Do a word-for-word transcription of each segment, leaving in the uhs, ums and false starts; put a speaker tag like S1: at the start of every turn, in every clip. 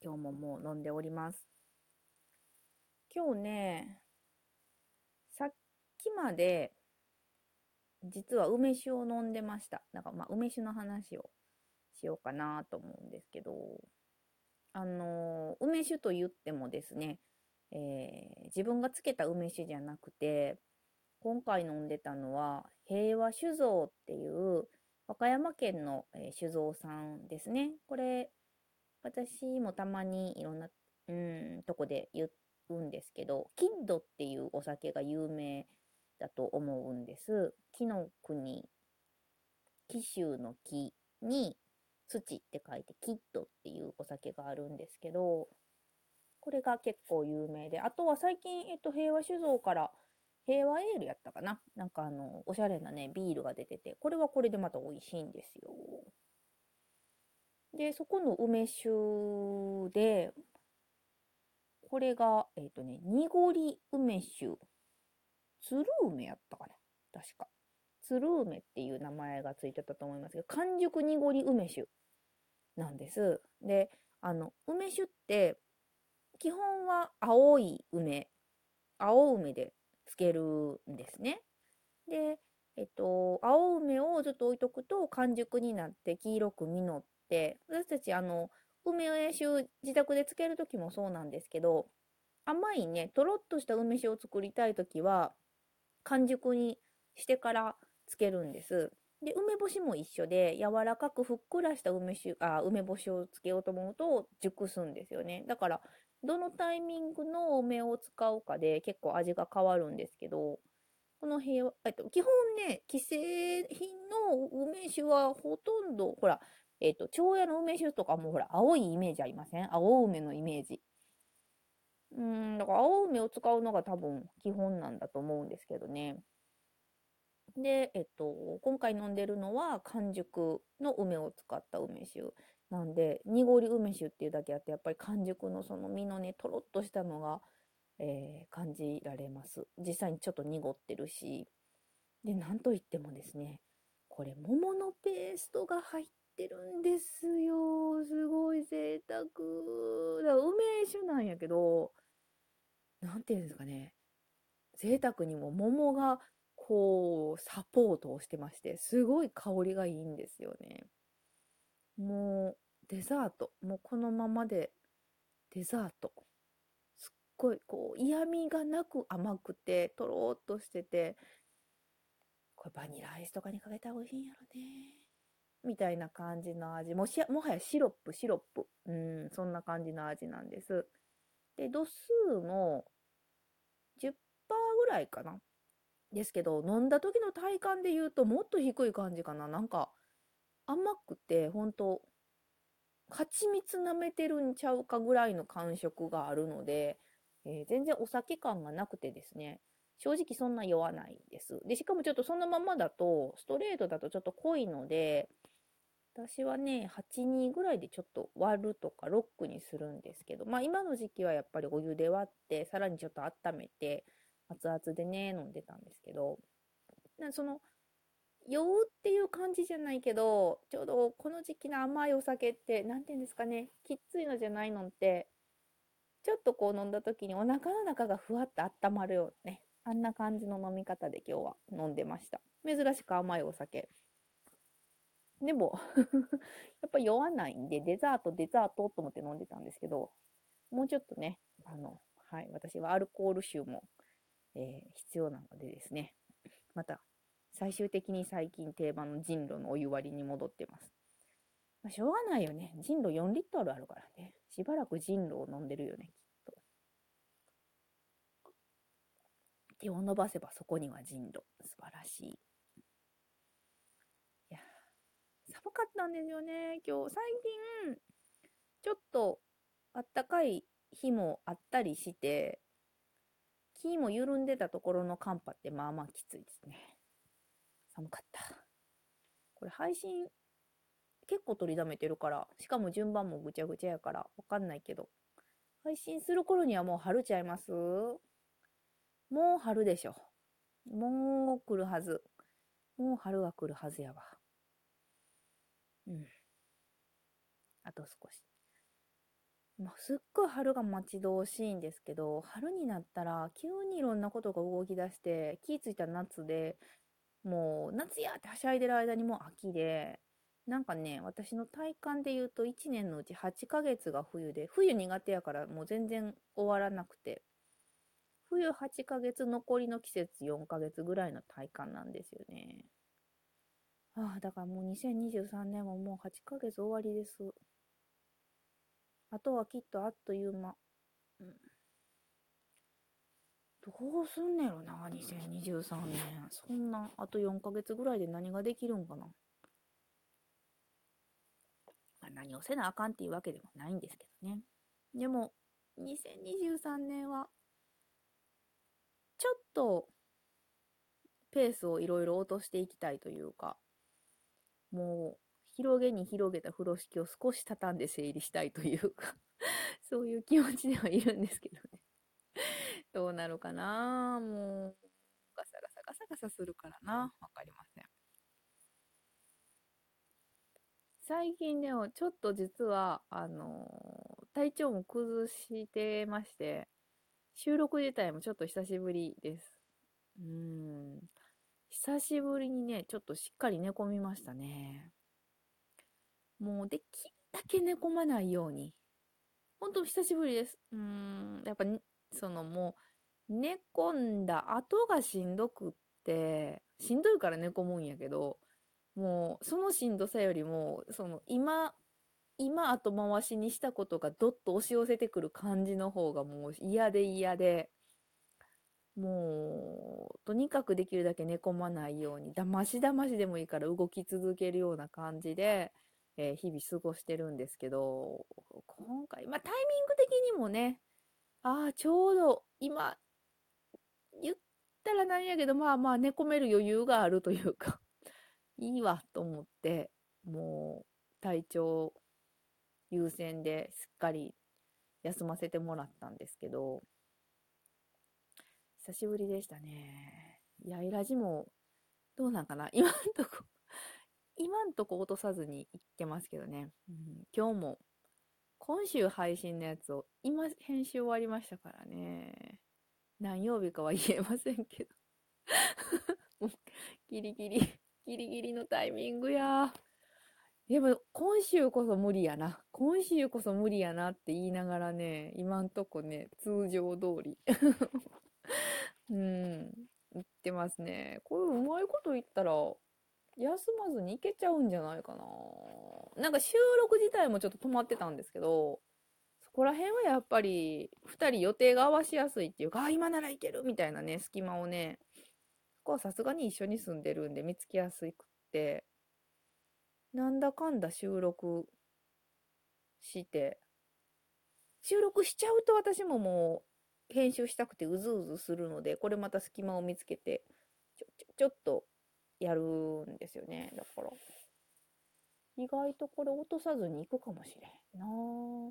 S1: 今日ももう飲んでおります。今日ね、さっきまで実は梅酒を飲んでました。なんかまあ梅酒の話をしようかなと思うんですけど、あのー梅酒と言ってもですね、えー自分がつけた梅酒じゃなくて、今回飲んでたのは平和酒造っていう和歌山県の、えー酒造さんですね。これ私もたまにいろんな、うん、とこで言うんですけど、キッドっていうお酒が有名だと思うんです。木の国、紀州の木に土って書いてキッドっていうお酒があるんですけど、これが結構有名で、あとは最近、えっと、平和酒造から平和エールやったかな、なんかあの、おしゃれなね、ビールが出てて、これはこれでまた美味しいんですよ。で、そこの梅酒で、これが、えっとね、濁り梅酒、鶴梅やったかな確か。鶴梅っていう名前がついてたと思いますけど、完熟濁り梅酒なんです。で、あの、梅酒って、基本は青い梅、青梅でつけるんですね。で、えっと、青梅をずっと置いとくと完熟になって黄色く実って、私たちあの、梅酒自宅でつけるときもそうなんですけど、甘いね、とろっとした梅酒を作りたいときは、完熟にしてからつけるんです。で、梅干しも一緒で、柔らかくふっくらした梅酒、あ、梅干しをつけようと思うと熟すんですよね。だから、どのタイミングの梅を使うかで結構味が変わるんですけど、この平和、えっと、基本ね、既製品の梅酒はほとんど、ほら、えっと、長屋の梅酒とかもほら、青いイメージありません？青梅のイメージ。うーん、だから青梅を使うのが多分基本なんだと思うんですけどね。で、えっと、今回飲んでるのは完熟の梅を使った梅酒なんで、濁り梅酒っていうだけあって、やっぱり完熟のその実のね、とろっとしたのが、えー感じられます。実際にちょっと濁ってるし。で、なんといってもですね、これ桃のペーストが入ってるんですよ。すごい贅沢。だから梅酒なんやけど、なんていうんですかね。贅沢にも桃がこうサポートをしてまして、すごい香りがいいんですよね。もうデザート、もうこのままでデザート。すっごいこう嫌味がなく甘くてとろーっとしてて、これバニラアイスとかにかけたら美味しいんやろね。みたいな感じの味。もしや、もはやシロップ、シロップ。うん、そんな感じの味なんです。で、度数もじゅっパーセントぐらいかな。ですけど、飲んだ時の体感で言うともっと低い感じかな。なんか甘くて、ほんと、蜂蜜舐めてるんちゃうかぐらいの感触があるので、えー全然お酒感がなくてですね、正直そんな酔わないです。で、しかもちょっとそのままだと、ストレートだとちょっと濃いので、私はね、はちにぐらいでちょっと割るとかロックにするんですけど、まあ今の時期はやっぱりお湯で割って、さらにちょっと温めて、熱々でね、飲んでたんですけど、なその酔うっていう感じじゃないけど、ちょうどこの時期の甘いお酒って、なんていうんですかね、きっついのじゃないのって、ちょっとこう飲んだ時にお腹の中がふわっと温まるようなね、あんな感じの飲み方で今日は飲んでました。珍しく甘いお酒。でもやっぱ酔わないんで、デザート、デザートと思って飲んでたんですけど、もうちょっとね、あの、はい、私はアルコール臭も、えー必要なのでですね、また最終的に最近定番のジンロのお湯割りに戻ってます。まあ、しょうがないよね。ジンロよんリットルあるからね。しばらくジンロを飲んでるよね、きっと。手を伸ばせばそこにはジンロ。素晴らしい。いや、寒かったんですよね、今日。最近、ちょっとあったかい日もあったりして、木も緩んでたところの寒波ってまあまあきついですね。寒かった。これ配信結構取りだめてるから、しかも順番もぐちゃぐちゃやからわかんないけど、配信する頃にはもう春ちゃいます？もう春でしょ。もう来るはず。もう春は来るはずやわ。うん。あと少し。 まあ、すっごい春が待ち遠しいんですけど、春になったら急にいろんなことが動き出して、気ぃついたら夏で、もう夏やってはしゃいでる間にもう秋で、なんかね、私の体感で言うといちねんのうちはちかげつが冬で、冬苦手やからもう全然終わらなくて、冬はちかげつ、残りの季節よんかげつぐらいの体感なんですよね。ああ、だからもうにせんにじゅうさんねんももうはちかげつ終わりです。あとはきっとあっという間。うん、どうすんねやろな、にせんにじゅうさんねん。そんな、あとよんかげつぐらいで何ができるんかな。まあ、何をせなあかんっていうわけでもないんですけどね。でも、にせんにじゅうさんねんは、ちょっとペースをいろいろ落としていきたいというか、もう、広げに広げた風呂敷を少し畳んで整理したいというかそういう気持ちではいるんですけどね。どうなるかな、もう、ガサガサガサガサするからな。わかりません。最近でもちょっと実は、あのー体調も崩してまして、収録自体もちょっと久しぶりです。うーん。久しぶりにね、ちょっとしっかり寝込みましたね。もうできるだけ寝込まないように。ほんと久しぶりです。うーん。やっぱに、そのもう、寝込んだ後がしんどくって、しんどいから寝込むんやけど、もうそのしんどさよりも、その今、今後回しにしたことがどっと押し寄せてくる感じの方がもう嫌で嫌で、もう、とにかくできるだけ寝込まないように、だましだましでもいいから動き続けるような感じで、えー日々過ごしてるんですけど、今回、まあタイミング的にもね、ああ、ちょうど今、言ったらなんやけど、まあまあ寝込める余裕があるというかいいわと思って、もう体調優先ですっかり休ませてもらったんですけど、久しぶりでしたね。やいラジもどうなんかな、今んとこ、今んとこ落とさずにいってますけどね。うん、今日も、今週配信のやつを今編集終わりましたからね。何曜日かは言えませんけど。もうギリギリ、ギリギリのタイミングや。でも、今週こそ無理やな。今週こそ無理やなって言いながらね、今んとこね、通常通り。うん、言ってますね。これうまいこと言ったら、休まずに行けちゃうんじゃないかな。なんか収録自体もちょっと止まってたんですけど、そこら辺はやっぱりふたり予定が合わしやすいっていうか、あ、今ならいけるみたいなね、隙間をね、そこはさすがに一緒に住んでるんで見つけやすくって、なんだかんだ収録して、収録しちゃうと私ももう編集したくてうずうずするので、これまた隙間を見つけて、ちょ、ちょ、ちょっとやるんですよね。だから、意外とこれ落とさずに行くかもしれんなぁ。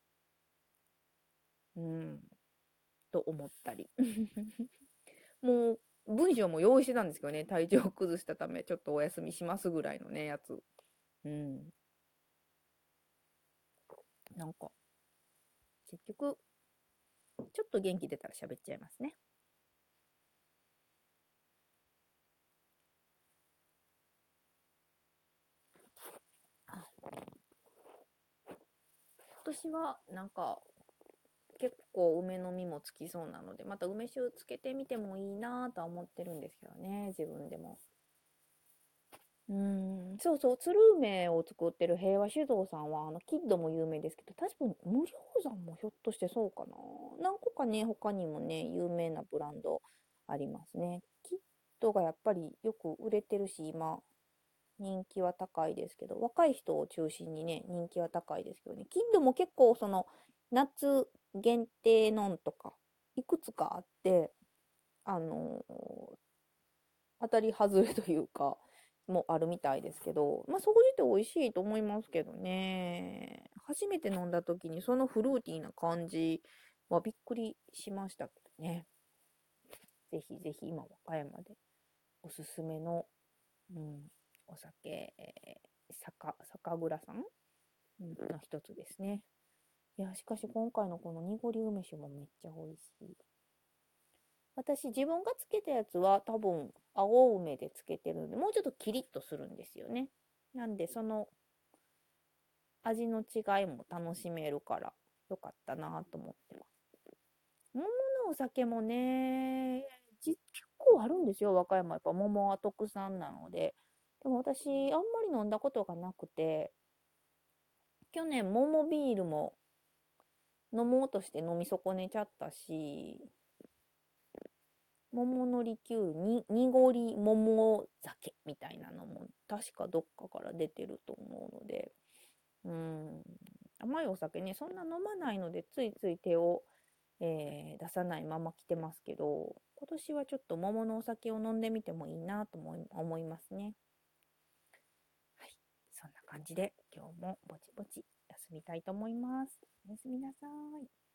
S1: うん、と思ったり。もう、文章も用意してたんですけどね、体調を崩したため、ちょっとお休みしますぐらいのね、やつ。うん。なんか、結局、ちょっと元気出たら喋っちゃいますね。今年は、なんか、結構梅の実もつきそうなので、また梅酒つけてみてもいいなとは思ってるんですけどね、自分でも。うーん、そうそう、鶴梅を作ってる平和酒造さんは、あの、キッドも有名ですけど、確かに無料山もひょっとしてそうかな。何個かね、他にもね、有名なブランドありますね。キッドがやっぱりよく売れてるし、今、人気は高いですけど、若い人を中心にね、人気は高いですけどね。キッドも結構、その、夏限定のんとか、いくつかあって、あのー当たり外れというか、もあるみたいですけど、まあ、そこじて美味しいと思いますけどね。初めて飲んだ時にそのフルーティーな感じはびっくりしましたけどね。ぜひぜひ今和歌山でおすすめの、うん、お酒、えー酒、酒蔵さん、うんの一つですね。 いや、しかし今回のこの濁り梅酒もめっちゃ美味しい。私自分がつけたやつは多分青梅でつけてるので、もうちょっとキリッとするんですよね。なんでその味の違いも楽しめるからよかったなと思ってます。桃のお酒もね、じ結構あるんですよ、和歌山。やっぱ桃は特産なので。でも私、あんまり飲んだことがなくて、去年桃ビールも飲もうとして飲み損ねちゃったし、桃のリキュールに、濁り桃酒みたいなのも確かどっかから出てると思うので、うん、甘いお酒ね、そんな飲まないので、ついつい手を、えー出さないまま来てますけど、今年はちょっと桃のお酒を飲んでみてもいいなと思い、思いますね。はい。そんな感じで今日もぼちぼち休みたいと思います。おやすみなさい。